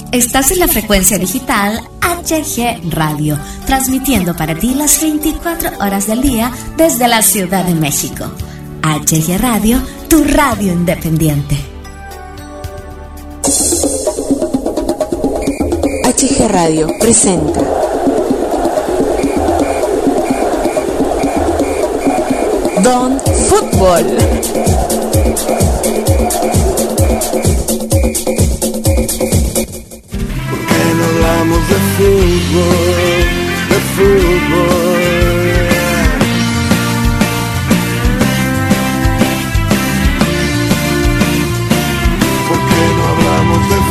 Estás en la frecuencia digital HG Radio, transmitiendo para ti las 24 horas del día desde la Ciudad de México. HG Radio, tu radio independiente. HG Radio presenta Don Fútbol. Hablamos de fútbol, de fútbol. ¿Por qué no hablamos de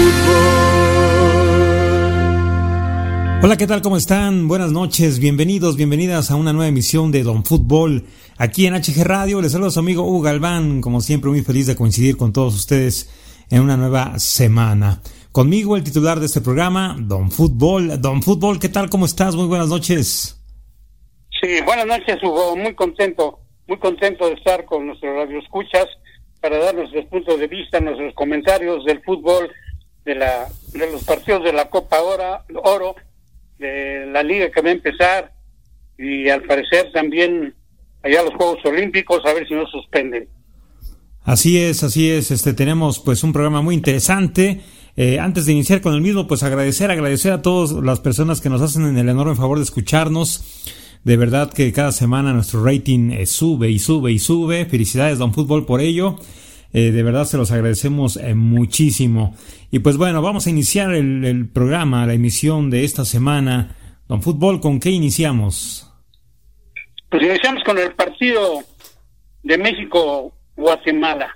fútbol? Hola, ¿qué tal? ¿Cómo están? Buenas noches, bienvenidos, bienvenidas a una nueva emisión de Don Fútbol aquí en HG Radio. Les saluda a su amigo Hugo Galván, como siempre muy feliz de coincidir con todos ustedes en una nueva semana. Conmigo el titular de este programa, Don Fútbol. Don Fútbol, ¿qué tal? ¿Cómo estás? Muy buenas noches. Sí, buenas noches, Hugo. Muy contento de estar con nuestros radioescuchas para dar nuestros puntos de vista, nuestros comentarios del fútbol, de los partidos de la Copa Oro, de la liga que va a empezar y al parecer también allá los Juegos Olímpicos, a ver si no suspenden. Así es. Tenemos pues un programa muy interesante. Antes de iniciar con el mismo, pues agradecer a todas las personas que nos hacen el enorme favor de escucharnos. De verdad que cada semana nuestro rating sube y sube. Felicidades, Don Fútbol, por ello. De verdad se los agradecemos muchísimo. Y pues bueno, vamos a iniciar el programa, la emisión de esta semana. Don Fútbol, ¿con qué iniciamos? Pues iniciamos con el partido de México-Guatemala.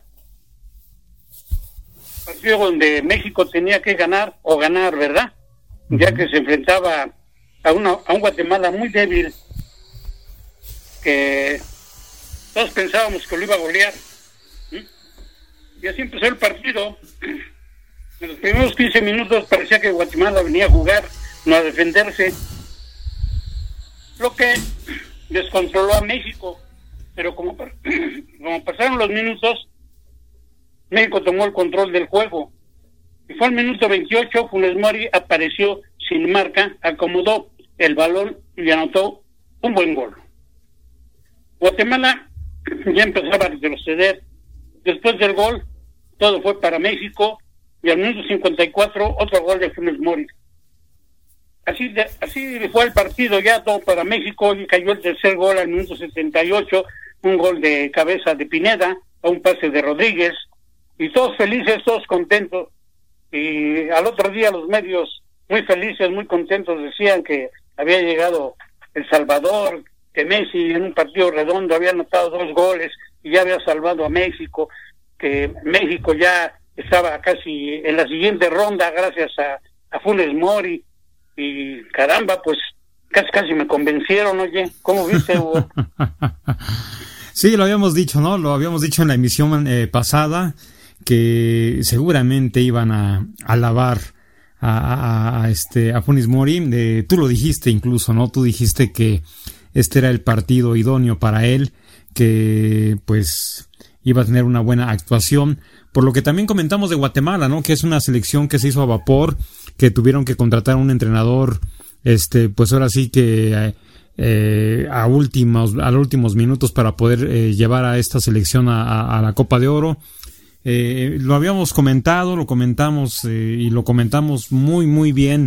Partido donde México tenía que ganar, ¿verdad? Ya que se enfrentaba a un Guatemala muy débil, que todos pensábamos que lo iba a golear. Y así empezó el partido. En los primeros 15 minutos parecía que Guatemala venía a jugar, no a defenderse, lo que descontroló a México. Pero como pasaron los minutos, México tomó el control del juego. Y fue al minuto 28, Funes Mori apareció sin marca, acomodó el balón y anotó un buen gol. Guatemala ya empezaba a retroceder. Después del gol, todo fue para México, y al minuto 54, otro gol de Funes Mori. Así fue el partido, ya todo para México, y cayó el tercer gol al minuto 78, un gol de cabeza de Pineda, a un pase de Rodríguez, y todos felices, todos contentos. Y al otro día los medios muy felices, muy contentos, decían que había llegado El Salvador, que Messi en un partido redondo había anotado 2 goles y ya había salvado a México, que México ya estaba casi en la siguiente ronda gracias a Funes Mori. Y caramba, pues casi me convencieron. Oye, ¿cómo viste, Hugo? Sí, lo habíamos dicho, ¿no? Lo habíamos dicho en la emisión pasada, que seguramente iban a alabar a Funes Mori. Tú lo dijiste incluso, ¿no? Tú dijiste que este era el partido idóneo para él, que pues iba a tener una buena actuación. Por lo que también comentamos de Guatemala, ¿no? Que es una selección que se hizo a vapor, que tuvieron que contratar a un entrenador, pues ahora sí que a últimos minutos para poder llevar a esta selección a la Copa de Oro. Lo habíamos comentado, lo comentamos y lo comentamos muy muy bien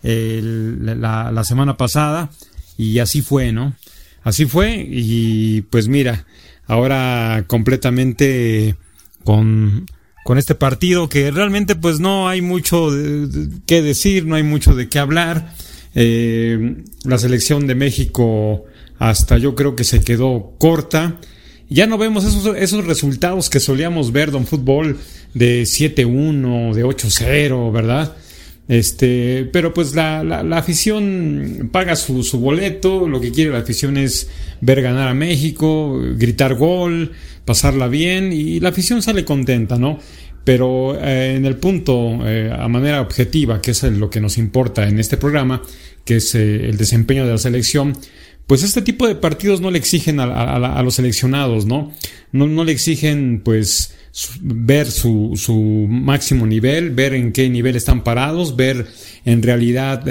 la semana pasada, y así fue, ¿no? Así fue, y pues mira, ahora completamente con este partido que realmente pues no hay mucho que decir, no hay mucho de qué hablar. La selección de México hasta yo creo que se quedó corta. Ya no vemos esos resultados que solíamos ver, Don Fútbol, de 7-1, de 8-0, ¿verdad? Pero pues la afición paga su boleto. Lo que quiere la afición es ver ganar a México, gritar gol, pasarla bien, y la afición sale contenta, ¿no? Pero en el punto, a manera objetiva, que es lo que nos importa en este programa, que es el desempeño de la selección, pues este tipo de partidos no le exigen a los seleccionados, ¿no? No le exigen, pues, ver su máximo nivel, ver en qué nivel están parados, ver en realidad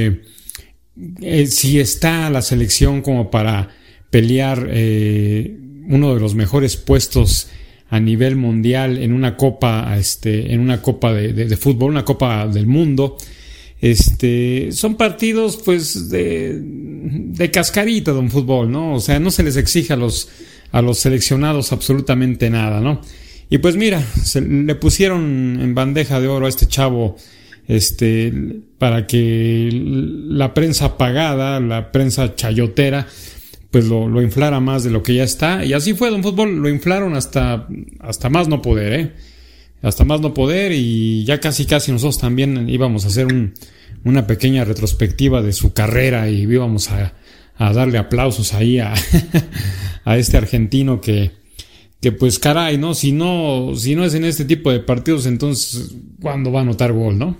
si está la selección como para pelear uno de los mejores puestos a nivel mundial en una copa, de fútbol, una copa del mundo. Son partidos pues de cascarita de un fútbol, ¿no? O sea, no se les exige a los seleccionados absolutamente nada, ¿no? Y pues mira, le pusieron en bandeja de oro a este chavo, para que la prensa pagada, la prensa chayotera, pues lo inflara más de lo que ya está. Y así fue, don Fútbol, lo inflaron hasta más no poder, hasta más no poder, y ya casi nosotros también íbamos a hacer una pequeña retrospectiva de su carrera y íbamos a darle aplausos ahí a este argentino que pues caray, ¿no? Si no es en este tipo de partidos, entonces ¿cuándo va a anotar gol, no?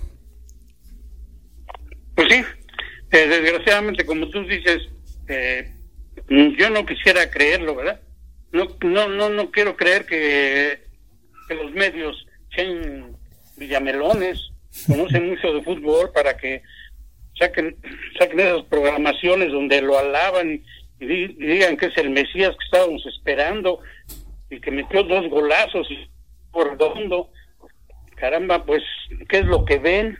Pues sí, desgraciadamente, como tú dices, yo no quisiera creerlo, ¿verdad? No quiero creer que los medios sean villamelones, conocen mucho de fútbol para que saquen esas programaciones donde lo alaban y digan que es el Mesías que estábamos esperando y que metió 2 golazos y por redondo. Caramba, pues, ¿qué es lo que ven?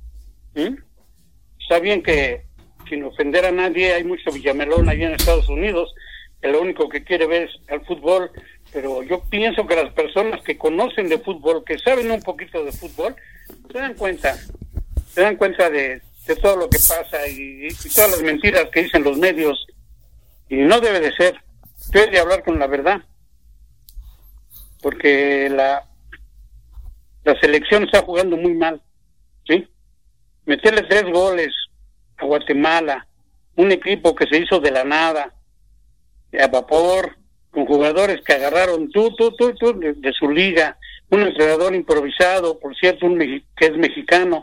Está bien que, sin ofender a nadie, hay mucho villamelón allá en Estados Unidos, que lo único que quiere ver es el fútbol, pero yo pienso que las personas que conocen de fútbol, que saben un poquito de fútbol, se dan cuenta de todo lo que pasa y todas las mentiras que dicen los medios, y no debe de ser, debe de hablar con la verdad, porque la selección está jugando muy mal, ¿sí? Meterle 3 goles a Guatemala, un equipo que se hizo de la nada, a vapor, con jugadores que agarraron de su liga, un entrenador improvisado, por cierto, que es mexicano.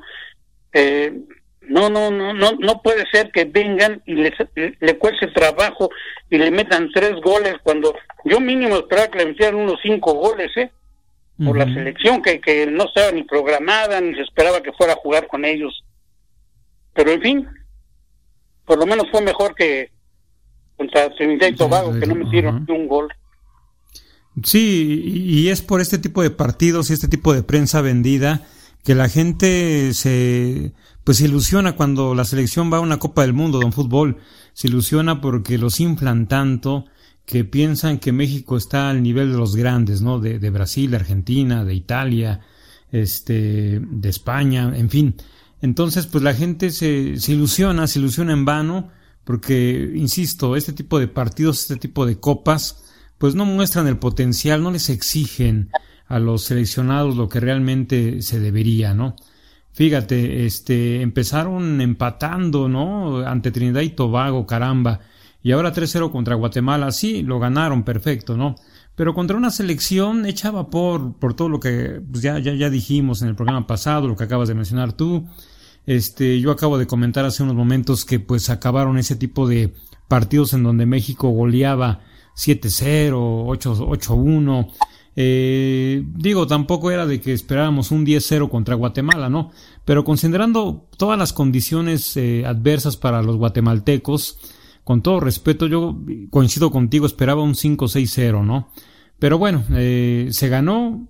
No puede ser que vengan y le cueste trabajo y le metan 3 goles cuando yo mínimo esperaba que le metieran unos 5 goles, por la selección que no estaba ni programada, ni se esperaba que fuera a jugar con ellos. Pero en fin, por lo menos fue mejor que contra Trinidad y Tobago, que no metieron un gol. Sí, y es por este tipo de partidos y este tipo de prensa vendida que la gente se ilusiona cuando la selección va a una Copa del Mundo, don Fútbol. Se ilusiona porque los inflan tanto que piensan que México está al nivel de los grandes, ¿no? De Brasil, de Argentina, de Italia, de España, en fin. Entonces, pues la gente se ilusiona en vano, porque, insisto, este tipo de partidos, este tipo de copas, pues no muestran el potencial, no les exigen a los seleccionados lo que realmente se debería, ¿no? Fíjate, empezaron empatando, ¿no? Ante Trinidad y Tobago, caramba, y ahora 3-0 contra Guatemala, sí, lo ganaron, perfecto, ¿no? Pero contra una selección hecha a vapor por todo lo que pues ya dijimos en el programa pasado, lo que acabas de mencionar tú. Yo acabo de comentar hace unos momentos que pues acabaron ese tipo de partidos en donde México goleaba 7-0, 8-1. Digo, tampoco era de que esperábamos un 10-0 contra Guatemala, ¿no? Pero considerando todas las condiciones adversas para los guatemaltecos, con todo respeto, yo coincido contigo, esperaba un 5-6-0, ¿no? Pero bueno, se ganó,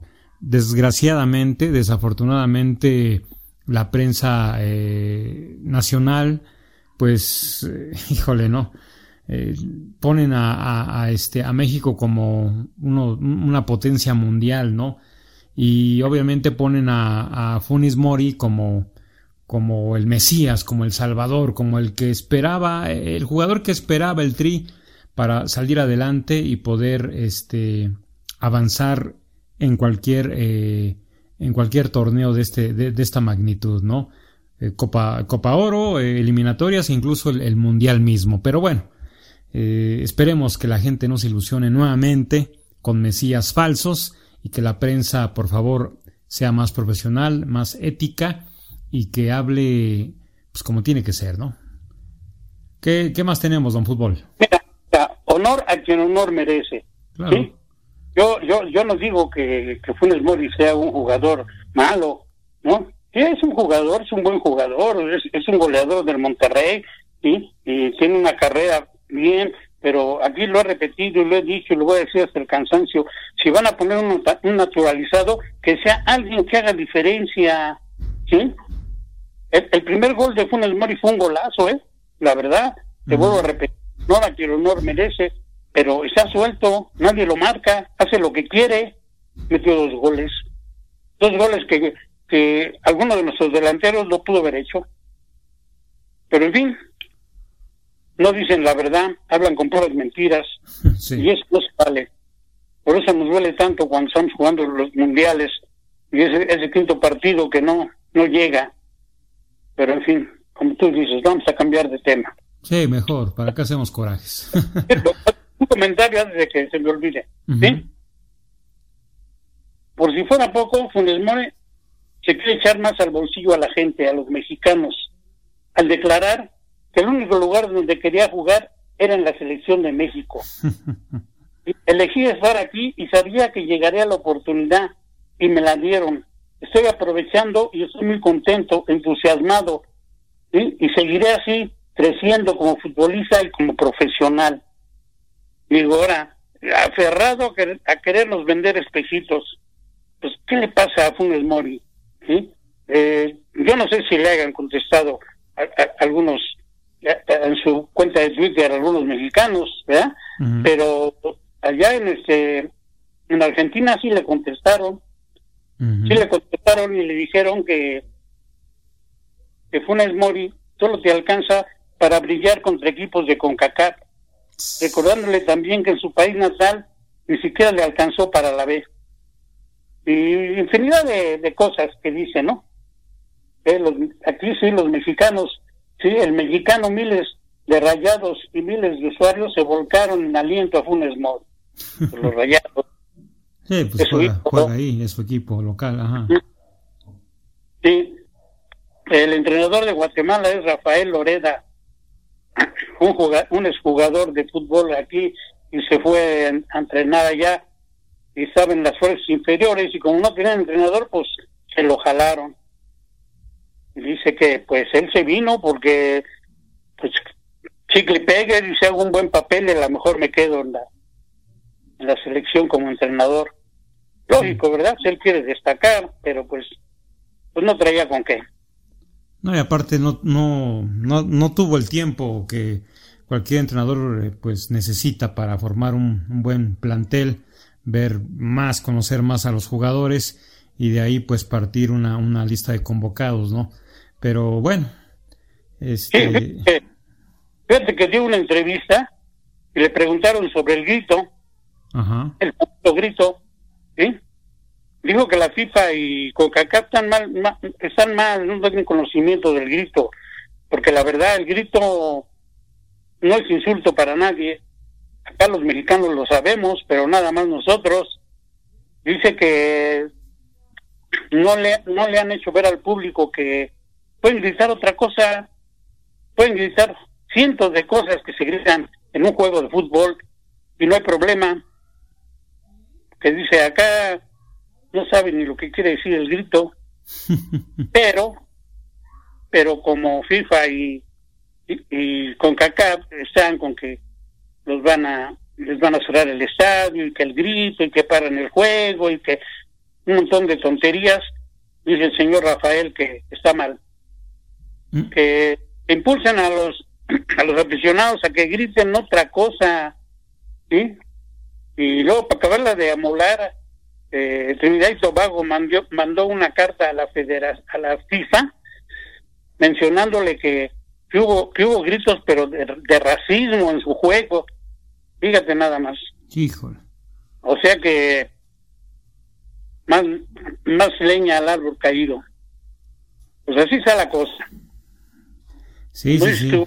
desafortunadamente, la prensa nacional, pues, híjole, ¿no? Ponen a México como una potencia mundial, ¿no? Y obviamente ponen a Funes Mori como el Mesías, como el Salvador, como el que esperaba, el jugador que esperaba el Tri para salir adelante y poder avanzar en cualquier torneo de esta magnitud, ¿no? Copa Oro, eliminatorias e incluso el Mundial mismo. Pero bueno, esperemos que la gente no se ilusione nuevamente con mesías falsos y que la prensa, por favor, sea más profesional, más ética y que hable pues como tiene que ser, ¿no? ¿Qué más tenemos, don Fútbol? Mira, honor a quien honor merece. Claro. ¿Sí? Yo no digo que Funes Mori sea un jugador malo, ¿no? Sí, es un jugador, es un buen jugador, es un goleador del Monterrey, ¿sí? Y tiene una carrera bien, pero aquí lo he repetido y lo he dicho y lo voy a decir hasta el cansancio. Si van a poner un naturalizado, que sea alguien que haga diferencia, ¿sí? El primer gol de Funes Mori fue un golazo, la verdad, te vuelvo a repetir, no la que el honor merece, pero está suelto, nadie lo marca, hace lo que quiere, metió 2 goles que alguno de nuestros delanteros lo pudo haber hecho, pero en fin, no dicen la verdad, hablan con puras mentiras, sí. Y eso no se vale. Por eso nos duele tanto cuando estamos jugando los mundiales y ese quinto partido que no llega, pero en fin, como tú dices, vamos a cambiar de tema. Sí, mejor, para que hacemos corajes. Un comentario antes de que se me olvide, ¿sí? Por si fuera poco, Funes Mori se quiere echar más al bolsillo a la gente, a los mexicanos, al declarar que el único lugar donde quería jugar era en la selección de México. Elegí estar aquí y sabía que llegaría la oportunidad y me la dieron. Estoy aprovechando y estoy muy contento, entusiasmado, ¿sí? Y seguiré así, creciendo como futbolista y como profesional. Digo, ahora, aferrado a querernos vender espejitos, pues, ¿qué le pasa a Funes Mori? ¿Sí? Yo no sé si le hayan contestado a algunos en su cuenta de Twitter, algunos mexicanos, ¿verdad? Pero allá en Argentina sí le contestaron, sí le contestaron y le dijeron que Funes Mori solo te alcanza para brillar contra equipos de CONCACAF, recordándole también que en su país natal ni siquiera le alcanzó para la B. Y infinidad de cosas que dice, ¿no? Aquí sí los mexicanos, sí, el mexicano, miles de rayados y miles de usuarios se volcaron en aliento a Funes Mori, los rayados. Sí, pues juega ahí, es su equipo local, ajá. Sí, el entrenador de Guatemala es Rafael Loreda, un exjugador de fútbol aquí y se fue a entrenar allá y estaba en las fuerzas inferiores y como no tenían entrenador, pues se lo jalaron. Y dice que pues él se vino porque pues chicle pegue y si hago un buen papel a lo mejor me quedo en la selección como entrenador. Lógico, ¿verdad? Pues él quiere destacar, pero pues no traía con qué. No, y aparte no tuvo el tiempo que cualquier entrenador pues necesita para formar un buen plantel, ver más, conocer más a los jugadores y de ahí pues partir una lista de convocados, ¿no? Pero bueno, fíjate que dio una entrevista y le preguntaron sobre el grito, el famoso grito, ¿sí? Dijo que la FIFA y CONCACAF están mal, no tienen conocimiento del grito, porque la verdad el grito no es insulto para nadie. Acá los mexicanos lo sabemos, pero nada más nosotros. Dice que no le han hecho ver al público que pueden gritar otra cosa, pueden gritar cientos de cosas que se gritan en un juego de fútbol y no hay problema. Que dice acá no saben ni lo que quiere decir el grito, pero como FIFA y CONCACAF están con que les van a cerrar el estadio y que el grito y que paran el juego y que un montón de tonterías, dice el señor Rafael que está mal, que impulsan a los aficionados a que griten otra cosa, ¿sí? Y luego para acabarla de amolar, Trinidad y Tobago mandó una carta a la FIFA mencionándole que hubo gritos pero de racismo en su juego. Fíjate nada más. Híjole. O sea que más leña al árbol caído. Pues así está la cosa. Sí.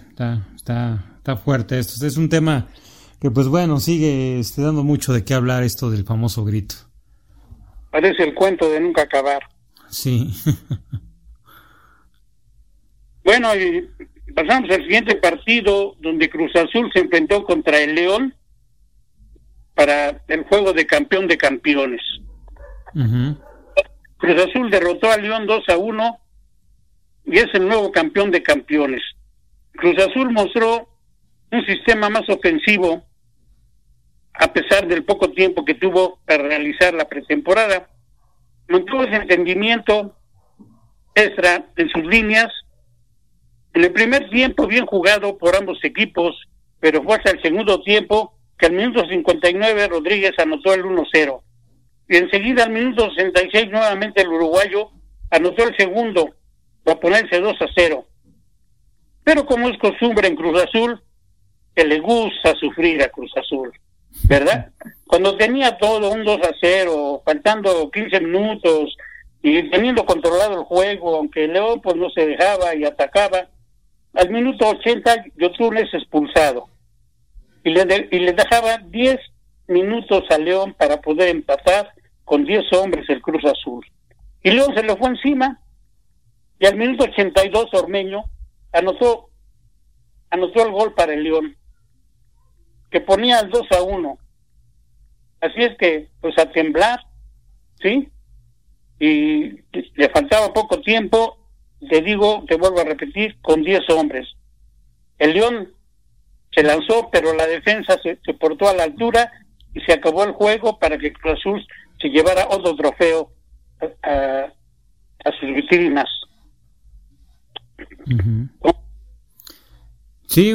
Está fuerte esto. Es un tema que pues bueno, sigue dando mucho de qué hablar esto del famoso grito. Parece el cuento de nunca acabar. Sí. Bueno, y Pasamos al siguiente partido, donde Cruz Azul se enfrentó contra el León para el juego de campeón de campeones. Uh-huh. Cruz Azul derrotó al León 2-1 y es el nuevo campeón de campeones. Cruz Azul mostró un sistema más ofensivo a pesar del poco tiempo que tuvo para realizar la pretemporada. Mantuvo ese entendimiento extra en sus líneas. En el primer tiempo bien jugado por ambos equipos, pero fue hasta el segundo tiempo que al minuto 59 Rodríguez anotó el 1-0. Y enseguida al minuto 66 nuevamente el uruguayo anotó el segundo para ponerse 2-0. Pero como es costumbre en Cruz Azul, que le gusta sufrir a Cruz Azul, ¿verdad? Cuando tenía todo un 2-0, faltando 15 minutos y teniendo controlado el juego, aunque el León pues no se dejaba y atacaba, al minuto 80 Yotun es expulsado y le dejaba 10 minutos a León para poder empatar con 10 hombres el Cruz Azul. Y León se le fue encima y al minuto 82 Ormeño anotó el gol para el León, que ponía el 2-1. Así es que, pues a temblar, ¿sí? Y le faltaba poco tiempo, te vuelvo a repetir, con 10 hombres. El León se lanzó, pero la defensa se portó a la altura y se acabó el juego para que Cruz Azul se llevara otro trofeo a sus vitrinas. Uh-huh. Sí,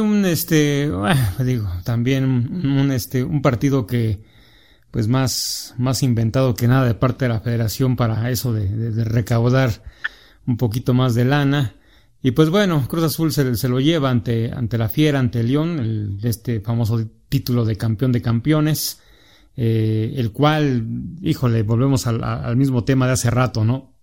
también un partido que pues más inventado que nada de parte de la Federación para eso de recaudar un poquito más de lana. Y pues bueno, Cruz Azul se lo lleva ante la Fiera, ante el León, este famoso título de campeón de campeones, el cual, híjole, volvemos al mismo tema de hace rato, ¿no?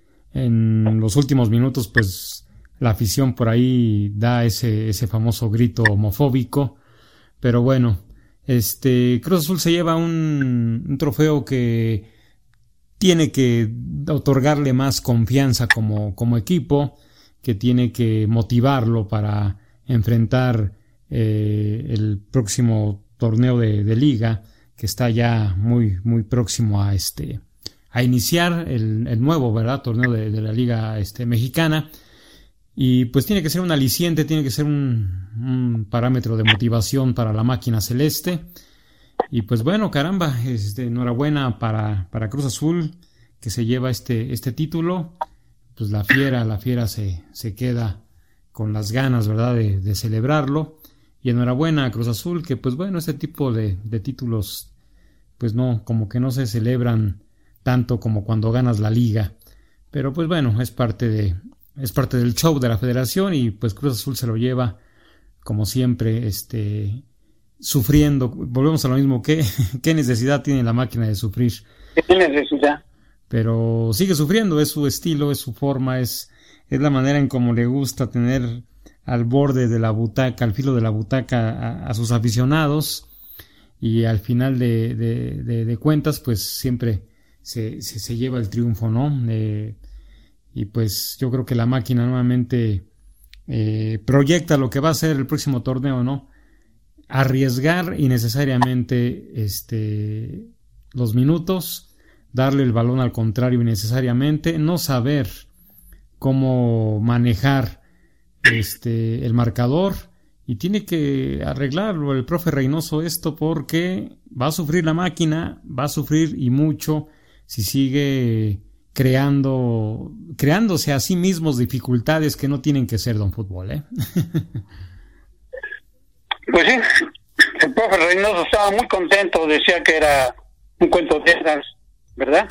En los últimos minutos, pues la afición por ahí da ese famoso grito homofóbico, pero bueno, Cruz Azul se lleva un trofeo que tiene que otorgarle más confianza como equipo, que tiene que motivarlo para enfrentar el próximo torneo de liga, que está ya muy, muy próximo a iniciar el nuevo, ¿verdad?, torneo de la liga mexicana. Y pues tiene que ser un aliciente, tiene que ser un parámetro de motivación para la máquina celeste. Y pues bueno, caramba, enhorabuena para Cruz Azul, que se lleva este título. Pues la Fiera se queda con las ganas, ¿verdad?, de celebrarlo. Y enhorabuena a Cruz Azul, que pues bueno, este tipo de títulos, pues no, como que no se celebran tanto como cuando ganas la liga. Pero pues bueno, es parte del show de la Federación, y pues Cruz Azul se lo lleva como siempre, sufriendo. Volvemos a lo mismo, ¿qué necesidad tiene la máquina de sufrir? ¿Qué necesidad? Pero sigue sufriendo, es su estilo, es su forma, es la manera en cómo le gusta tener al borde de la butaca, al filo de la butaca a sus aficionados, y al final de cuentas pues siempre se lleva el triunfo, ¿no? Y pues yo creo que la máquina nuevamente proyecta lo que va a ser el próximo torneo, ¿no? Arriesgar innecesariamente los minutos, darle el balón al contrario innecesariamente, no saber cómo manejar el marcador, y tiene que arreglarlo el profe Reynoso esto, porque va a sufrir la máquina, va a sufrir y mucho si sigue creándose a sí mismos dificultades que no tienen que ser don fútbol, ¿eh? Pues sí, el profe Reynoso estaba muy contento, decía que era un cuento de esas, ¿verdad?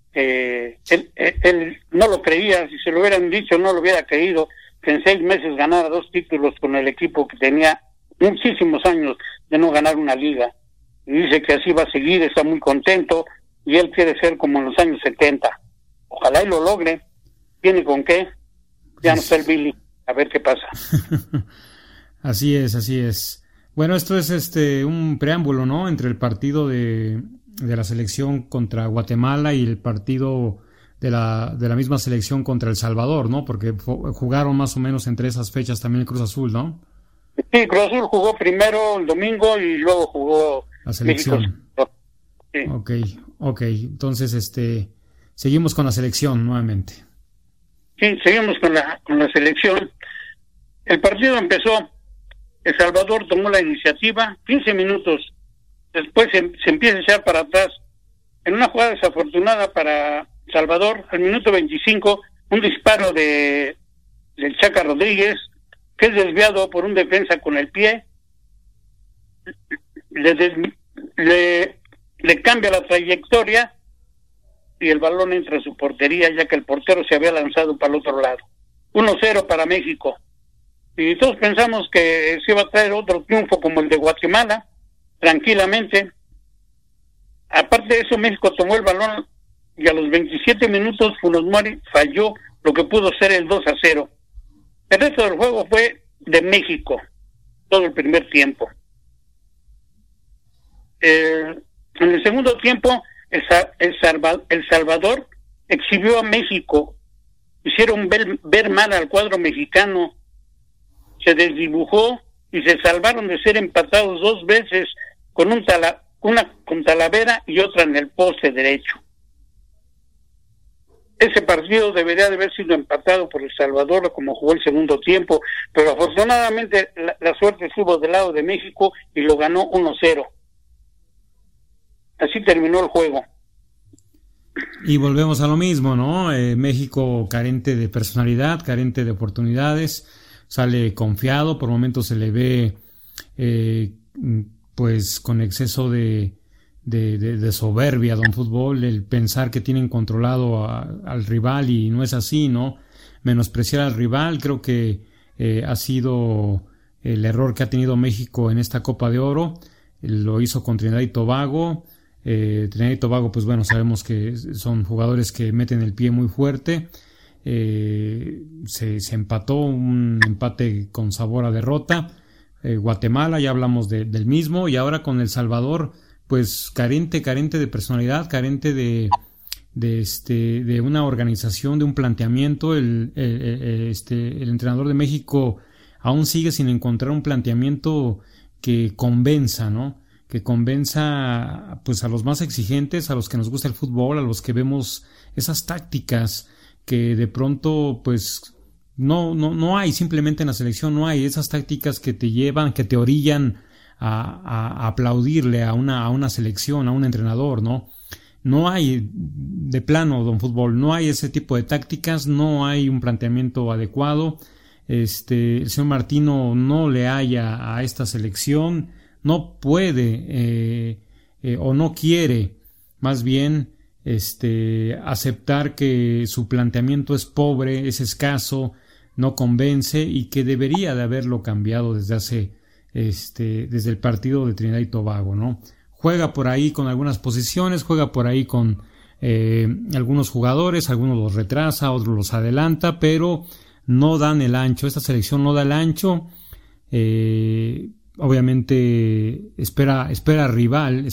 Él no lo creía, si se lo hubieran dicho no lo hubiera creído, que en 6 meses ganara 2 títulos con el equipo que tenía muchísimos años de no ganar una liga. Y dice que así va a seguir, está muy contento, y él quiere ser como en los años 70. Ojalá y lo logre. ¿Tiene con qué? Ya no está el Billy. A ver qué pasa. Así es. Bueno, esto es un preámbulo, ¿no?, entre el partido de la selección contra Guatemala y el partido la misma selección contra El Salvador, ¿no? Porque jugaron más o menos entre esas fechas también el Cruz Azul, ¿no? Sí, Cruz Azul jugó primero el domingo y luego jugó la selección. México. Sí. Ok. Entonces, seguimos con la selección nuevamente. Sí, seguimos con la selección. El partido empezó, El Salvador tomó la iniciativa, 15 minutos después se empieza a echar para atrás. En una jugada desafortunada para Salvador, al minuto 25, un disparo del Chaca Rodríguez, que es desviado por un defensa con el pie, le cambia la trayectoria y el balón entra a su portería, ya que el portero se había lanzado para el otro lado. 1-0 para México. Y todos pensamos que se iba a traer otro triunfo como el de Guatemala, tranquilamente. Aparte de eso, México tomó el balón y a los 27 minutos Funes Mori falló lo que pudo ser el 2-0. El resto del juego fue de México, todo el primer tiempo. En el segundo tiempo, El Salvador exhibió a México, hicieron ver mal al cuadro mexicano, se desdibujó y se salvaron de ser empatados 2 veces con una con Talavera y otra en el poste derecho. Ese partido debería de haber sido empatado por El Salvador como jugó el segundo tiempo, pero afortunadamente la suerte estuvo del lado de México y lo ganó 1-0. Así terminó el juego. Y volvemos a lo mismo, ¿no? México carente de personalidad, carente de oportunidades, sale confiado, por momentos se le ve pues con exceso de soberbia, don Fútbol, el pensar que tienen controlado al rival y no es así, ¿no? Menospreciar al rival, creo que ha sido el error que ha tenido México en esta Copa de Oro. Lo hizo con Trinidad y Tobago. Trinidad y Tobago, pues bueno, sabemos que son jugadores que meten el pie muy fuerte. Se empató, un empate con sabor a derrota. Guatemala, ya hablamos del mismo, y ahora con El Salvador, pues carente de personalidad, carente de una organización, de un planteamiento. El entrenador de México aún sigue sin encontrar un planteamiento que convenza, ¿no? Que convenza pues a los más exigentes, a los que nos gusta el fútbol, a los que vemos esas tácticas que de pronto pues no hay simplemente en la selección, no hay esas tácticas que te llevan, que te orillan a aplaudirle a una selección, a un entrenador, ¿no? No hay de plano, don Fútbol, no hay ese tipo de tácticas, no hay un planteamiento adecuado. El señor Martino no le halla a esta selección, no puede o no quiere más bien aceptar que su planteamiento es pobre, es escaso, no convence y que debería de haberlo cambiado desde el partido de Trinidad y Tobago, ¿no? Juega por ahí con algunas posiciones, juega por ahí con algunos jugadores, algunos los retrasa, otros los adelanta, pero no dan el ancho. Esta selección no da el ancho. Obviamente espera rival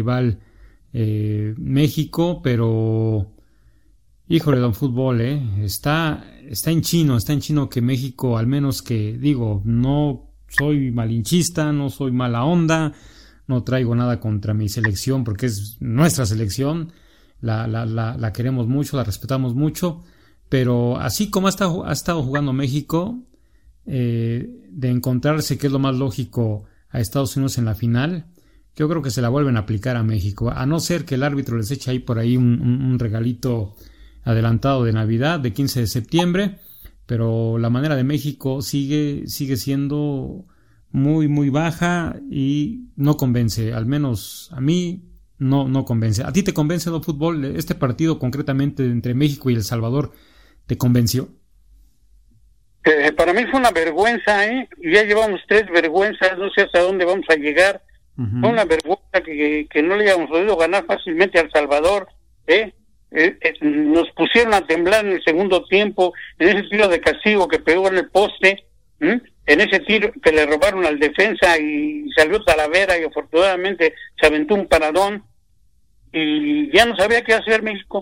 México, pero híjole, don Fútbol, está en chino que México, al menos que digo, no soy malinchista, no soy mala onda, no traigo nada contra mi selección porque es nuestra selección, la queremos mucho, la respetamos mucho, pero así como ha estado jugando México, de encontrarse, que es lo más lógico, a Estados Unidos en la final, yo creo que se la vuelven a aplicar a México, a no ser que el árbitro les eche ahí por ahí un regalito adelantado de Navidad, de 15 de septiembre, pero la manera de México sigue siendo muy, muy baja y no convence, al menos a mí no convence. ¿A ti te convence, don Fútbol? Este partido concretamente entre México y El Salvador, ¿te convenció? Para mí fue una vergüenza, ya llevamos 3 vergüenzas, no sé hasta dónde vamos a llegar. Uh-huh. Fue una vergüenza que no le hayamos podido ganar fácilmente a El Salvador, nos pusieron a temblar en el segundo tiempo, en ese tiro de castigo que pegó en el poste, en ese tiro que le robaron al defensa y salió Talavera y afortunadamente se aventó un paradón y ya no sabía qué hacer México.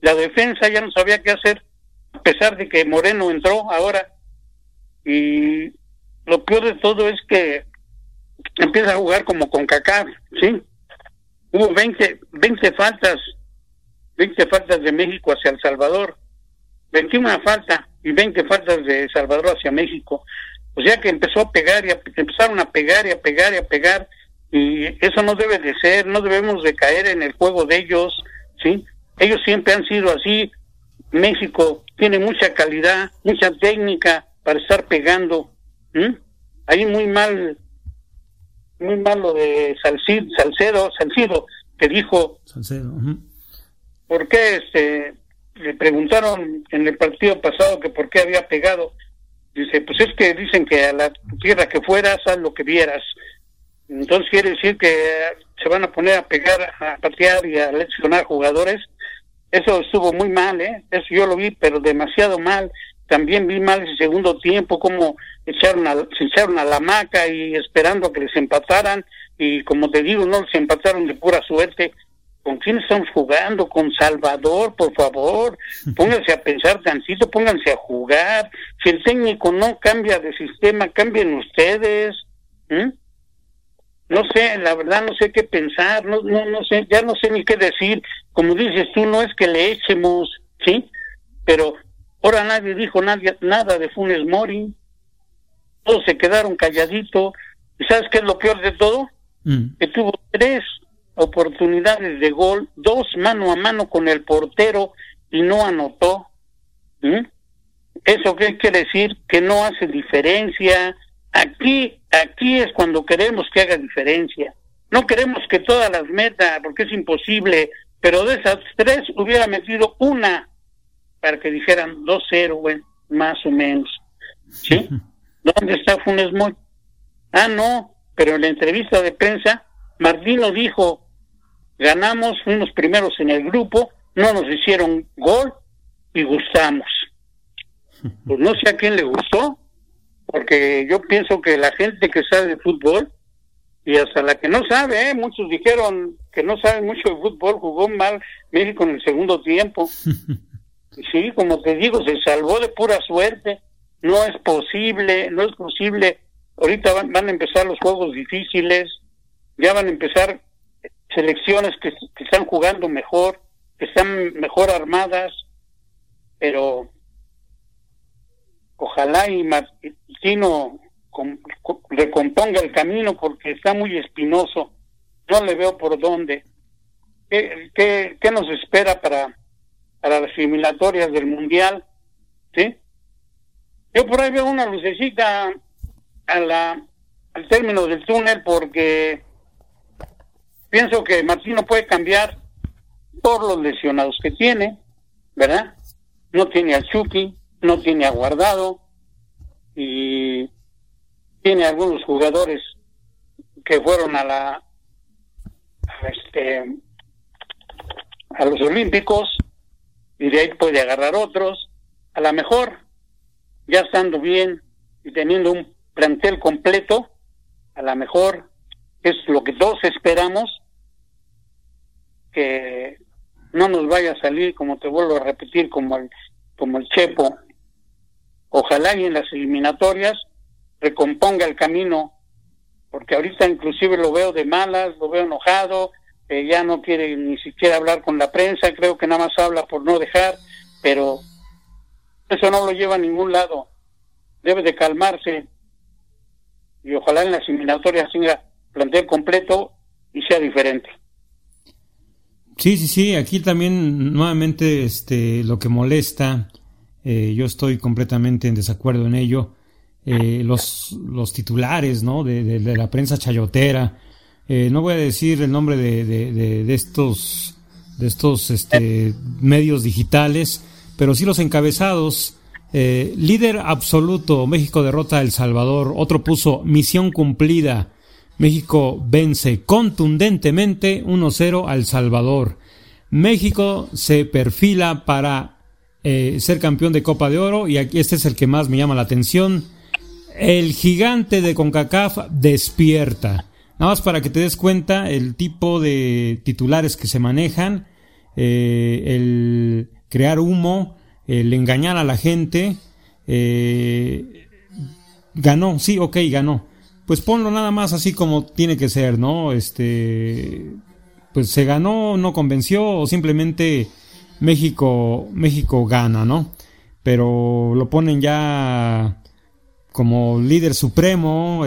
La defensa ya no sabía qué hacer, a pesar de que Moreno entró ahora. Y lo peor de todo es que empieza a jugar como con CONCACAF, ¿sí? Hubo 20 faltas de México hacia El Salvador, 21 faltas y 20 faltas de Salvador hacia México. O sea que empezó a pegar y empezaron a pegar y a pegar y a pegar, y eso no debe de ser, no debemos de caer en el juego de ellos, ¿sí? Ellos siempre han sido así. México tiene mucha calidad, mucha técnica para estar pegando. Ahí muy mal lo de Salcedo, que dijo Salcedo. ¿Por qué le preguntaron en el partido pasado que por qué había pegado? Dice, pues es que dicen que a la tierra que fueras, haz lo que vieras. Entonces quiere decir que se van a poner a pegar, a patear y a lesionar jugadores. Eso estuvo muy mal, eso yo lo vi, pero demasiado mal. También vi mal ese segundo tiempo, como se echaron a la hamaca y esperando a que les empataran, y como te digo, no les empataron de pura suerte. ¿Con quién estamos jugando? Con Salvador, por favor. Pónganse a pensar tantito, pónganse a jugar. Si el técnico no cambia de sistema, cambien ustedes. No sé, la verdad no sé qué pensar, no sé, ya no sé ni qué decir. Como dices tú, no es que le echemos, ¿sí? Pero ahora nadie dijo nada de Funes Mori. Todos se quedaron calladitos. ¿Y sabes qué es lo peor de todo? Que tuvo 3 oportunidades de gol, 2 mano a mano con el portero y no anotó. ¿Eso qué quiere decir? Que no hace diferencia. Aquí es cuando queremos que haga diferencia. No queremos que todas las meta, porque es imposible, pero de esas 3 hubiera metido una para que dijeran 2-0, bueno, más o menos. ¿Sí? ¿Dónde está Funes Mori? No, pero en la entrevista de prensa Martino dijo, ganamos, fuimos primeros en el grupo, no nos hicieron gol y gustamos. Pues no sé a quién le gustó, porque yo pienso que la gente que sabe de fútbol, y hasta la que no sabe, muchos dijeron que no saben mucho de fútbol, jugó mal México en el segundo tiempo. Sí, como te digo, se salvó de pura suerte. No es posible. Ahorita van a empezar los juegos difíciles, ya van a empezar selecciones que están jugando mejor, que están mejor armadas, pero ojalá y Martino recomponga el camino, porque está muy espinoso, no le veo por dónde. ¿Qué nos espera para las eliminatorias del Mundial? ¿Sí? Yo por ahí veo una lucecita al término del túnel, porque pienso que Martino puede cambiar por los lesionados que tiene, ¿verdad? No tiene a Chucky, no tiene a Guardado, y tiene algunos jugadores que fueron a los Olímpicos, y de ahí puede agarrar otros. A lo mejor, ya estando bien y teniendo un plantel completo, a lo mejor es lo que todos esperamos, que no nos vaya a salir, como te vuelvo a repetir, como el Chepo. Ojalá y en las eliminatorias recomponga el camino, porque ahorita inclusive lo veo de malas, lo veo enojado, ya no quiere ni siquiera hablar con la prensa, creo que nada más habla por no dejar, pero eso no lo lleva a ningún lado. Debe de calmarse, y ojalá en las eliminatorias tenga plantel completo y sea diferente. Sí, aquí también nuevamente lo que molesta, yo estoy completamente en desacuerdo en ello, los titulares, ¿no? de la prensa chayotera. No voy a decir el nombre de estos medios digitales, pero sí los encabezados. Líder absoluto, México derrota a El Salvador. Otro puso misión cumplida, México vence contundentemente 1-0 a El Salvador. México se perfila para ser campeón de Copa de Oro, y aquí este es el que más me llama la atención. El gigante de CONCACAF despierta. Nada más para que te des cuenta el tipo de titulares que se manejan. El crear humo, el engañar a la gente. Ganó, sí, ok, ganó. Pues ponlo nada más así como tiene que ser, ¿no? Pues se ganó, no convenció, o simplemente México gana, ¿no? Pero lo ponen ya como líder supremo,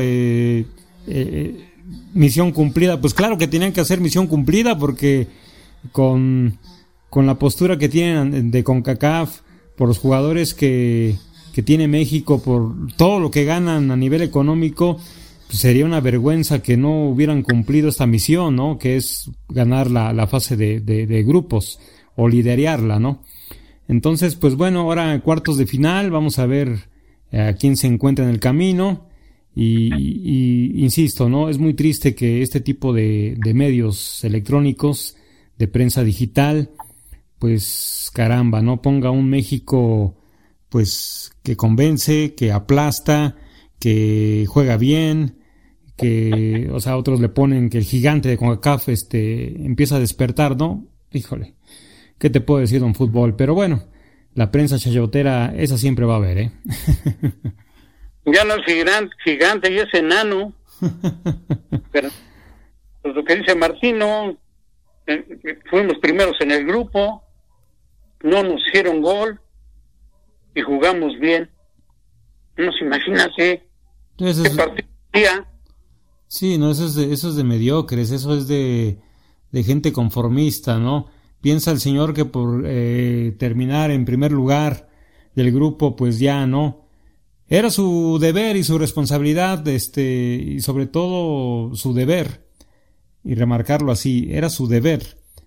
misión cumplida. Pues claro que tenían que hacer misión cumplida, porque con la postura que tienen de CONCACAF, por los jugadores que tiene México, por todo lo que ganan a nivel económico, pues sería una vergüenza que no hubieran cumplido esta misión, ¿no? Que es ganar la fase de grupos o liderarla, ¿no? Entonces, pues bueno, ahora en cuartos de final vamos a ver a quién se encuentra en el camino y insisto, ¿no? Es muy triste que este tipo de medios electrónicos, de prensa digital, pues caramba, ¿no? Ponga un México pues que convence, que aplasta, que juega bien, que, o sea, otros le ponen que el gigante de CONCACAF empieza a despertar, ¿no? Híjole, ¿qué te puedo decir de un fútbol? Pero bueno, la prensa chayotera, esa siempre va a haber, ¿eh? Ya no es gigante, ya es enano. Pero pues lo que dice Martino, fuimos primeros en el grupo, no nos hicieron gol y jugamos bien. No se imagina qué partido día. Sí, no, eso es de mediocres, eso es de gente conformista, ¿no? Piensa el señor que por terminar en primer lugar del grupo, pues ya no. Era su deber y su responsabilidad, y sobre todo su deber, y remarcarlo así, era su deber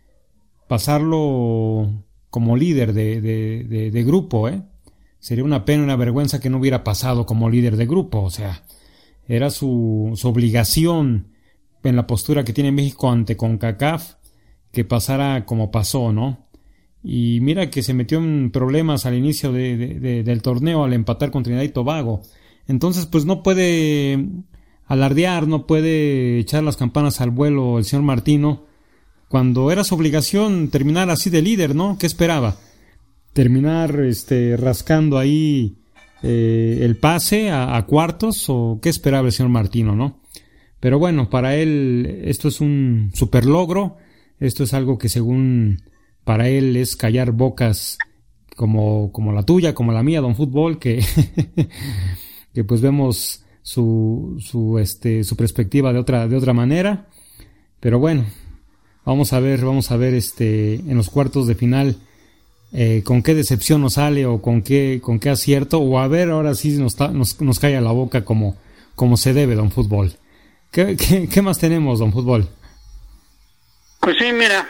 pasarlo como líder de grupo, ¿eh? Sería una pena, una vergüenza que no hubiera pasado como líder de grupo, o sea, era su obligación en la postura que tiene México ante CONCACAF, que pasara como pasó, ¿no? Y mira que se metió en problemas al inicio del torneo al empatar con Trinidad y Tobago. Entonces, pues no puede alardear, no puede echar las campanas al vuelo el señor Martino, cuando era su obligación terminar así de líder, ¿no? ¿Qué esperaba? Terminar rascando ahí el pase a cuartos, o qué esperaba el señor Martino, ¿no? Pero bueno, para él esto es un super logro, esto es algo que según para él es callar bocas como la tuya, como la mía, don Fútbol, que que pues vemos su perspectiva de otra manera. Pero bueno, vamos a ver en los cuartos de final con qué decepción nos sale, o con qué acierto, o a ver ahora sí nos calla la boca como se debe, don Fútbol. ¿Qué más tenemos, don Fútbol? Pues sí, mira,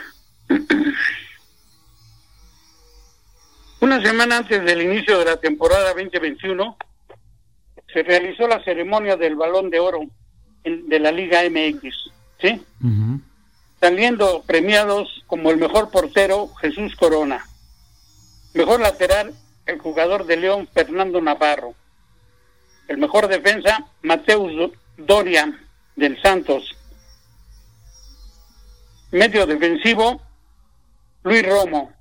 una semana antes del inicio de la temporada 2021 se realizó la ceremonia del Balón de Oro de la Liga MX, ¿sí? Uh-huh. Saliendo premiados como el mejor portero, Jesús Corona; mejor lateral, el jugador de León, Fernando Navarro; el mejor defensa, Mateus Doria, del Santos; medio defensivo, Luis Romo,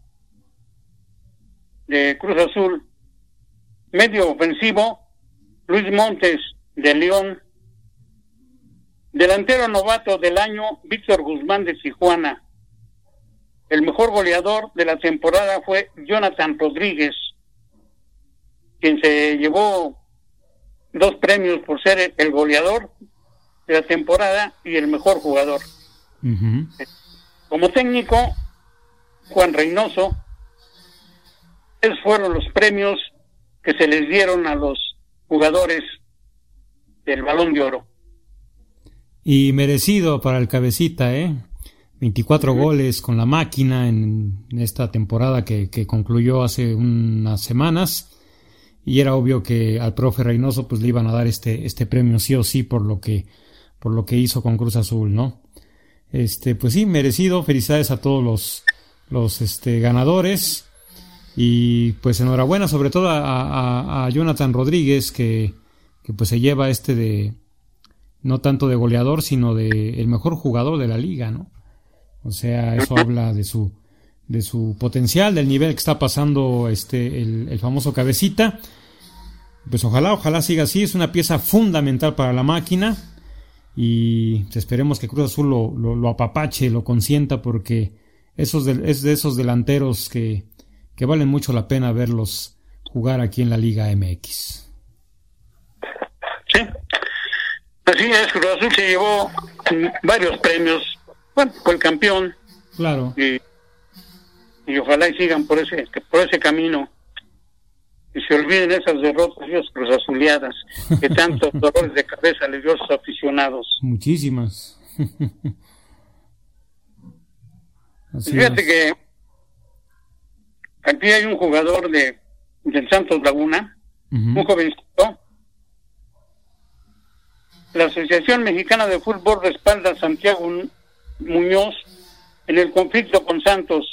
de Cruz Azul; medio ofensivo, Luis Montes, de León; delantero novato del año, Víctor Guzmán, de Tijuana; el mejor goleador de la temporada fue Jonathan Rodríguez, quien se llevó 2 premios por ser el goleador de la temporada y el mejor jugador. Uh-huh. Como técnico, Juan Reynoso. Esos fueron los premios que se les dieron a los jugadores del Balón de Oro. Y merecido para el cabecita, 24 goles con la máquina en esta temporada que concluyó hace unas semanas, y era obvio que al profe Reynoso pues le iban a dar este premio sí o sí por lo que hizo con Cruz Azul, ¿no? Pues sí, merecido. Felicidades a todos los ganadores, y pues enhorabuena sobre todo a Jonathan Rodríguez, que pues se lleva de no tanto de goleador, sino de el mejor jugador de la liga, ¿no? O sea, eso habla de su su potencial, del nivel que está pasando el famoso Cabecita. Pues ojalá siga así, es una pieza fundamental para la máquina y esperemos que Cruz Azul lo apapache, lo consienta, porque es de esos delanteros que valen mucho la pena verlos jugar aquí en la Liga MX. Sí, así es, Cruz Azul se llevó varios premios, bueno, fue el campeón. Claro. Y ojalá y sigan por ese camino y se olviden esas derrotas y esas cruzazuleadas que tantos dolores de cabeza les dio a sus aficionados. Muchísimas. Fíjate que aquí hay un jugador del Santos Laguna, un jovencito. La Asociación Mexicana de Fútbol respalda a Santiago Muñoz en el conflicto con Santos.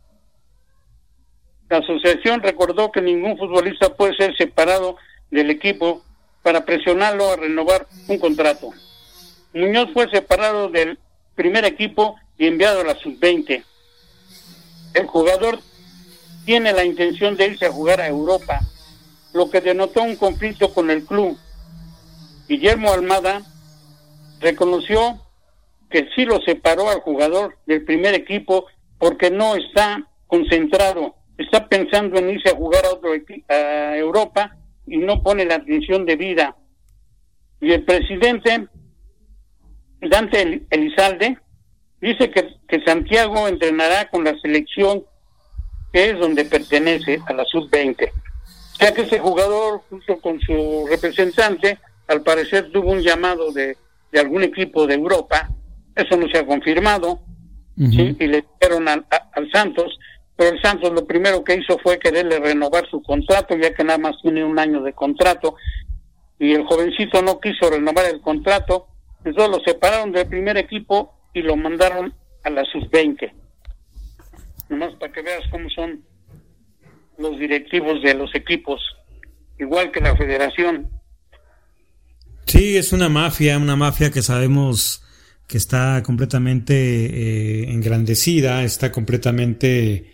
La asociación recordó que ningún futbolista puede ser separado del equipo para presionarlo a renovar un contrato. Muñoz fue separado del primer equipo y enviado a la sub-20. El jugador tiene la intención de irse a jugar a Europa, lo que denotó un conflicto con el club. Guillermo Almada reconoció que sí lo separó al jugador del primer equipo porque no está concentrado, está pensando en irse a jugar a Europa y no pone la atención debida. Y el presidente Dante Elizalde dice que Santiago entrenará con la selección, que es donde pertenece, a la sub-20. O sea que ese jugador, junto con su representante, al parecer tuvo un llamado de algún equipo de Europa. Eso no se ha confirmado. ¿Sí? Y le dijeron al Santos, pero el Santos lo primero que hizo fue quererle renovar su contrato, ya que nada más tiene 1 año de contrato, y el jovencito no quiso renovar el contrato, entonces lo separaron del primer equipo y lo mandaron a la sub-20. Nomás para que veas cómo son los directivos de los equipos, igual que la federación. Sí, es una mafia que sabemos que está completamente engrandecida, está completamente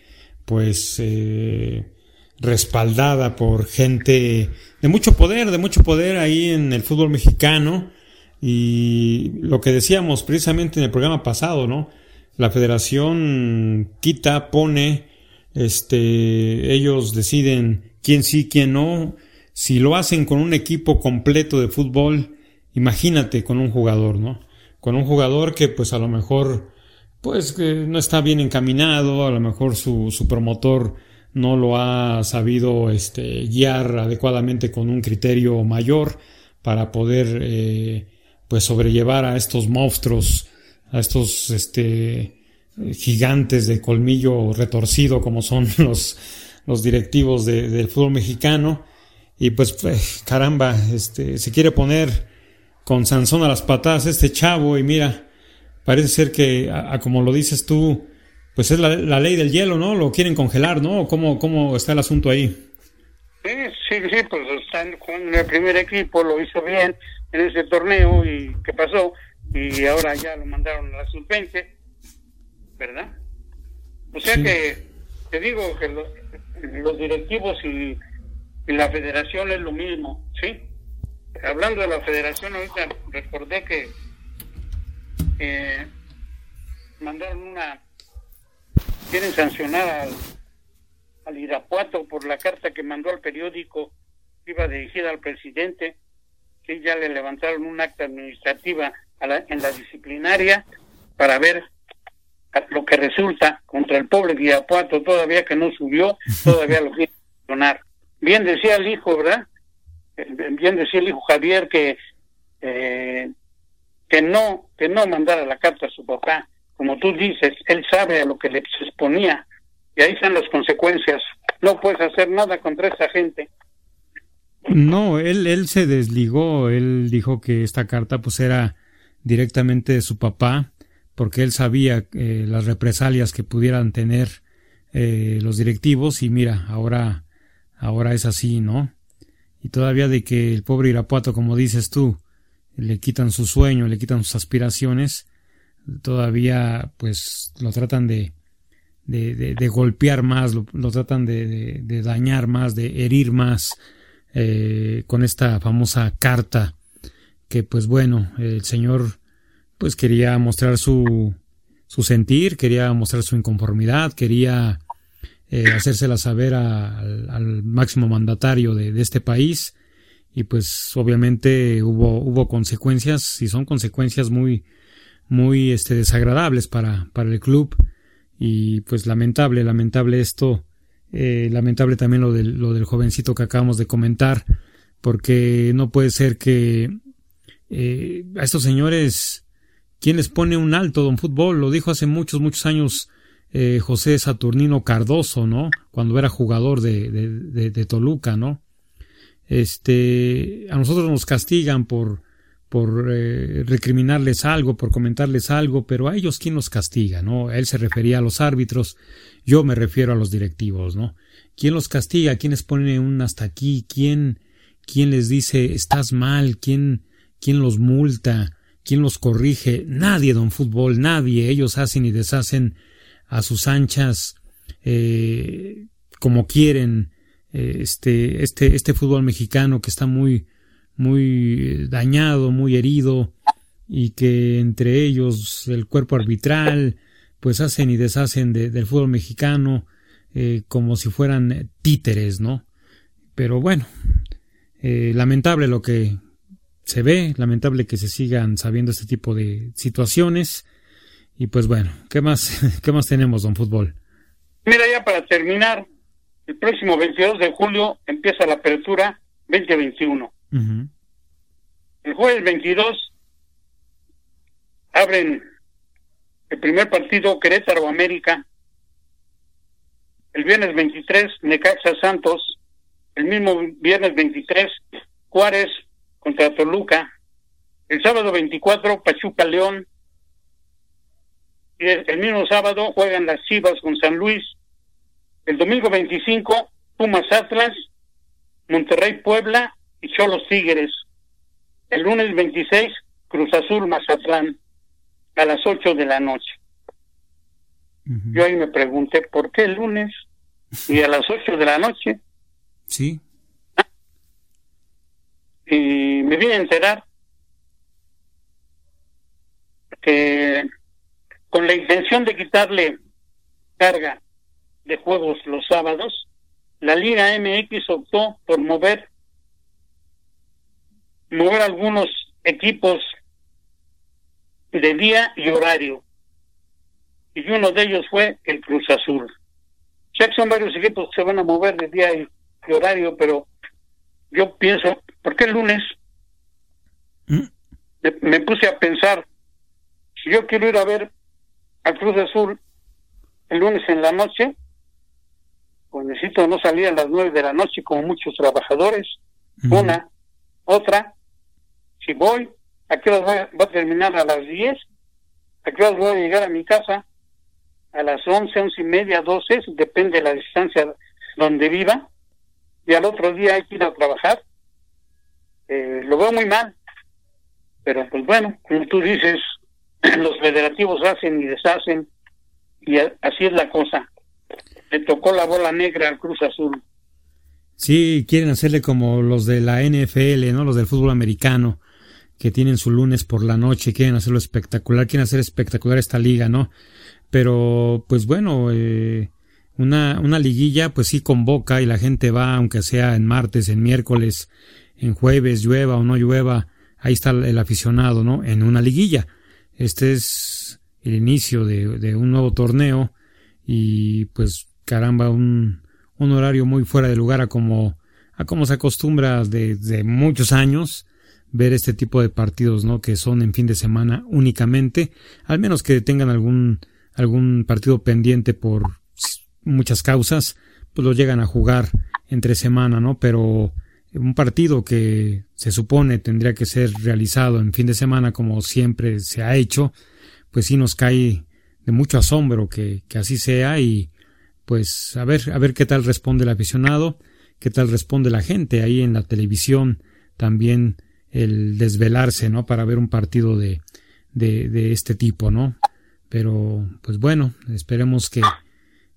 respaldada por gente de mucho poder ahí en el fútbol mexicano. Y lo que decíamos precisamente en el programa pasado, ¿no? La federación quita, pone, ellos deciden quién sí, quién no. Si lo hacen con un equipo completo de fútbol, imagínate con un jugador, ¿no? Con un jugador que pues a lo mejor que no está bien encaminado, a lo mejor su promotor no lo ha sabido guiar adecuadamente con un criterio mayor para poder sobrellevar a estos monstruos, a estos gigantes de colmillo retorcido como son los directivos del fútbol mexicano. Y caramba, se quiere poner con Sansón a las patadas este chavo, y mira, parece ser que, como lo dices tú, pues es la ley del hielo, ¿no? Lo quieren congelar, ¿no? ¿Cómo está el asunto ahí? Sí, pues están con el primer equipo, lo hizo bien en ese torneo, y ¿qué pasó? Y ahora ya lo mandaron a la sub-20, ¿verdad? O sea, sí, que te digo que los directivos y la federación es lo mismo, ¿sí? Hablando de la federación, ahorita recordé que mandaron quieren sancionar al Irapuato por la carta que mandó al periódico, que iba dirigida al presidente, que ya le levantaron un acta administrativa en la disciplinaria para ver lo que resulta contra el pobre Irapuato, todavía que no subió, todavía lo quiere sancionar. Bien decía el hijo, ¿verdad? Bien decía el hijo Javier que no mandara la carta a su papá. Como tú dices, él sabe a lo que le exponía, y ahí están las consecuencias. No puedes hacer nada contra esa gente. No, él se desligó. Él dijo que esta carta pues era directamente de su papá, porque él sabía las represalias que pudieran tener los directivos, y mira, ahora es así, ¿no? Y todavía de que el pobre Irapuato, como dices tú, le quitan su sueño, le quitan sus aspiraciones, todavía pues lo tratan de de golpear más, lo tratan de dañar más, de herir más, con esta famosa carta que pues bueno, el señor pues quería mostrar su sentir, quería mostrar su inconformidad, quería hacérsela saber al máximo mandatario de este país, y pues obviamente hubo consecuencias, y son consecuencias muy desagradables para el club, y pues lamentable esto, lamentable también lo del jovencito que acabamos de comentar, porque no puede ser que a estos señores, ¿quién les pone un alto, don Fútbol? Lo dijo hace muchos años José Saturnino Cardoso, ¿no? Cuando era jugador de Toluca, ¿no? A nosotros nos castigan por recriminarles algo, por comentarles algo, pero a ellos ¿quién los castiga, no? Él se refería a los árbitros, yo me refiero a los directivos, ¿no? ¿Quién los castiga? ¿Quién les pone un hasta aquí? ¿Quién les dice estás mal? ¿Quién los multa? ¿Quién los corrige? Nadie, don Fútbol, nadie. Ellos hacen y deshacen a sus anchas, como quieren, este fútbol mexicano que está muy dañado, muy herido, y que entre ellos el cuerpo arbitral pues hacen y deshacen del fútbol mexicano, como si fueran títeres, ¿no? Pero bueno, lamentable lo que se ve, lamentable que se sigan sabiendo este tipo de situaciones. Y pues bueno, ¿qué más tenemos, don Fútbol? Mira, ya para terminar, el próximo 22 de julio empieza la apertura 2021. Uh-huh. El jueves 22 abren el primer partido Querétaro América. El viernes 23 Necaxa Santos. El mismo viernes 23 Juárez contra Toluca. El sábado 24 Pachuca León. Y el mismo sábado juegan las Chivas con San Luis. El domingo 25 Pumas Atlas, Monterrey Puebla y Xolos Tigres. El lunes 26 Cruz Azul Mazatlán a las 8 de la noche. Uh-huh. Yo ahí me pregunté ¿por qué el lunes y a las 8 de la noche? Sí. Y me vine a enterar que con la intención de quitarle carga de juegos los sábados, la Liga MX optó por mover algunos equipos de día y horario, y uno de ellos fue el Cruz Azul. Ya que son varios equipos que se van a mover de día y horario, pero yo pienso, ¿por qué el lunes? Me puse a pensar, si yo quiero ir a ver al Cruz Azul el lunes en la noche, pues necesito no salir a las 9 de la noche como muchos trabajadores. Uh-huh. Una, otra, si voy, ¿a qué hora va a terminar? A las 10. ¿A qué hora voy a llegar a mi casa? A las 11, 11 y media, 12, depende de la distancia donde viva, y al otro día hay que ir a trabajar. Lo veo muy mal, pero pues bueno, como tú dices, los federativos hacen y deshacen, y así es la cosa. Le tocó la bola negra al Cruz Azul. Sí, quieren hacerle como los de la NFL, ¿no? Los del fútbol americano, que tienen su lunes por la noche, quieren hacerlo espectacular, quieren hacer espectacular esta liga, ¿no? Pero, pues bueno, una liguilla, pues sí convoca y la gente va, aunque sea en martes, en miércoles, en jueves, llueva o no llueva, ahí está el aficionado, ¿no? En una liguilla. Este es el inicio de un nuevo torneo y pues caramba, un horario muy fuera de lugar a como se acostumbra desde muchos años ver este tipo de partidos, ¿no? Que son en fin de semana únicamente, al menos que tengan algún partido pendiente por muchas causas, pues lo llegan a jugar entre semana, ¿no? Pero un partido que se supone tendría que ser realizado en fin de semana como siempre se ha hecho, pues sí nos cae de mucho asombro que así sea, y pues a ver qué tal responde el aficionado, qué tal responde la gente ahí en la televisión, también el desvelarse, ¿no? Para ver un partido de este tipo, ¿no? Pero pues bueno, esperemos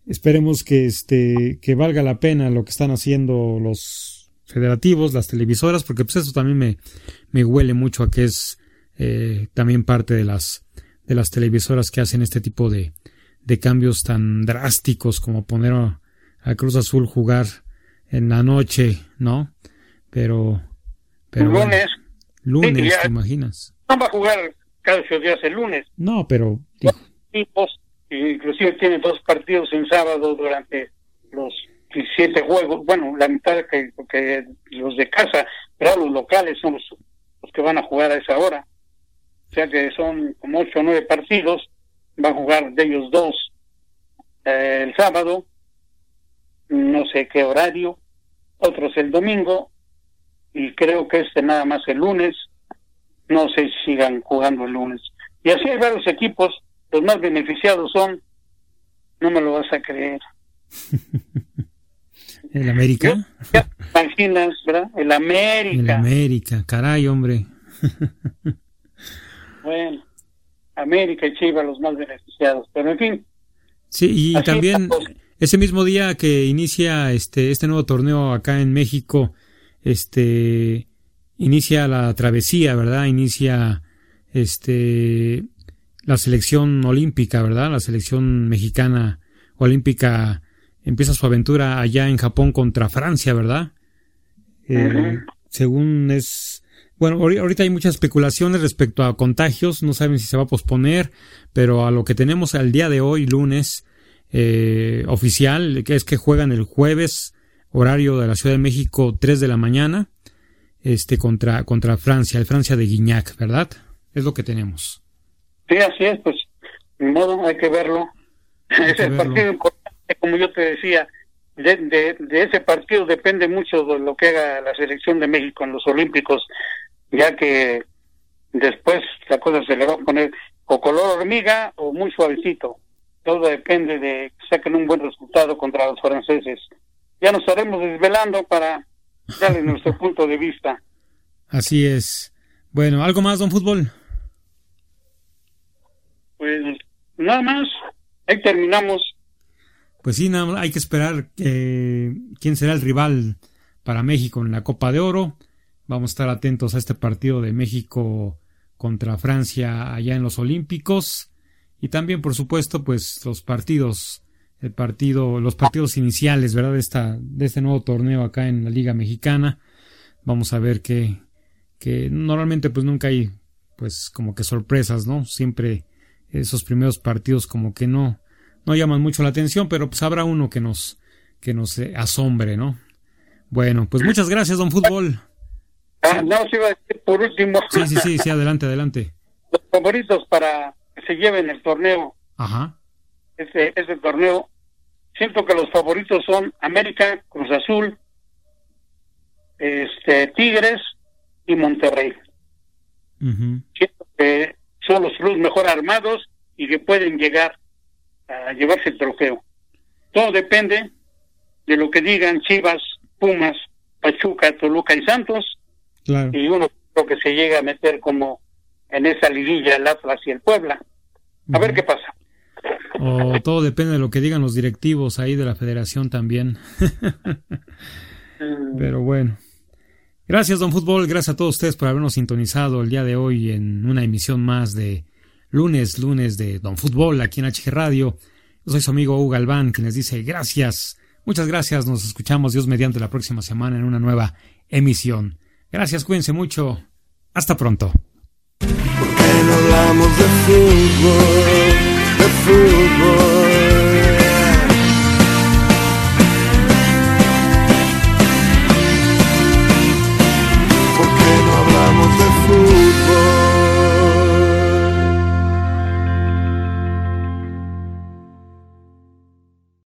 esperemos que valga la pena lo que están haciendo los federativos, las televisoras, porque pues eso también me huele mucho a que es también parte de las televisoras que hacen este tipo de cambios tan drásticos como poner a Cruz Azul jugar en la noche, ¿no? Pero lunes. Lunes, sí, ¿te imaginas? No va a jugar cada 8 días el lunes. No, pero... Los equipos, inclusive tiene 2 partidos en sábado durante los 17 juegos. Bueno, la mitad que los de casa, pero los locales son los que van a jugar a esa hora. O sea que son como 8 o 9 partidos. Va a jugar de ellos 2 el sábado, no sé qué horario, otros el domingo, y creo que nada más el lunes. No sé si sigan jugando el lunes. Y así hay varios equipos. Los más beneficiados son, no me lo vas a creer, ¿El América? Ya te imaginas, ¿verdad? El América. El América, caray, hombre. Bueno, América y Chivas los más beneficiados, pero en fin. Sí, y así también estamos. ese mismo día que inicia este nuevo torneo acá en México, inicia la travesía, ¿verdad? Inicia la selección olímpica, ¿verdad? La selección mexicana olímpica empieza su aventura allá en Japón contra Francia, ¿verdad? Según es... Bueno, ahorita hay muchas especulaciones respecto a contagios, no saben si se va a posponer, pero a lo que tenemos al día de hoy, lunes, oficial, que es que juegan el jueves, horario de la Ciudad de México, 3 de la mañana, contra Francia, el Francia de Guignac, ¿verdad? Es lo que tenemos. Sí, así es, pues, de modo, hay que verlo. Es el partido importante, como yo te decía, de ese partido depende mucho de lo que haga la selección de México en los Olímpicos, ya que después la cosa se le va a poner o color hormiga o muy suavecito. Todo depende de que saquen un buen resultado contra los franceses. Ya nos estaremos desvelando para darles nuestro punto de vista. Así es. Bueno, ¿algo más, don Fútbol? Pues nada más, ahí terminamos. Pues sí, nada más hay que esperar quién será el rival para México en la Copa de Oro. Vamos a estar atentos a este partido de México contra Francia allá en los Olímpicos. Y también, por supuesto, pues los partidos iniciales, ¿verdad? De este nuevo torneo acá en la Liga Mexicana. Vamos a ver que normalmente pues nunca hay pues como que sorpresas, ¿no? Siempre esos primeros partidos como que no llaman mucho la atención, pero pues habrá uno que nos asombre, ¿no? Bueno, pues muchas gracias, don Fútbol. No, se iba a decir por último. Sí, adelante. Los favoritos para que se lleven el torneo. Ajá. Ese torneo, siento que los favoritos son América, Cruz Azul, Tigres y Monterrey. Uh-huh. Siento que son los clubes mejor armados y que pueden llegar a llevarse el trofeo. Todo depende de lo que digan Chivas, Pumas, Pachuca, Toluca y Santos. Claro. Y uno creo que se llega a meter como en esa liguilla el Atlas y el Puebla. A ver qué pasa. O todo depende de lo que digan los directivos ahí de la federación también. Pero bueno. Gracias, don Fútbol. Gracias a todos ustedes por habernos sintonizado el día de hoy en una emisión más de lunes de Don Fútbol aquí en HG Radio. Yo soy su amigo Hugo Galván, quien les dice gracias. Muchas gracias. Nos escuchamos, Dios mediante, la próxima semana en una nueva emisión. Gracias, cuídense mucho. Hasta pronto. ¿Por qué no hablamos de fútbol? De fútbol.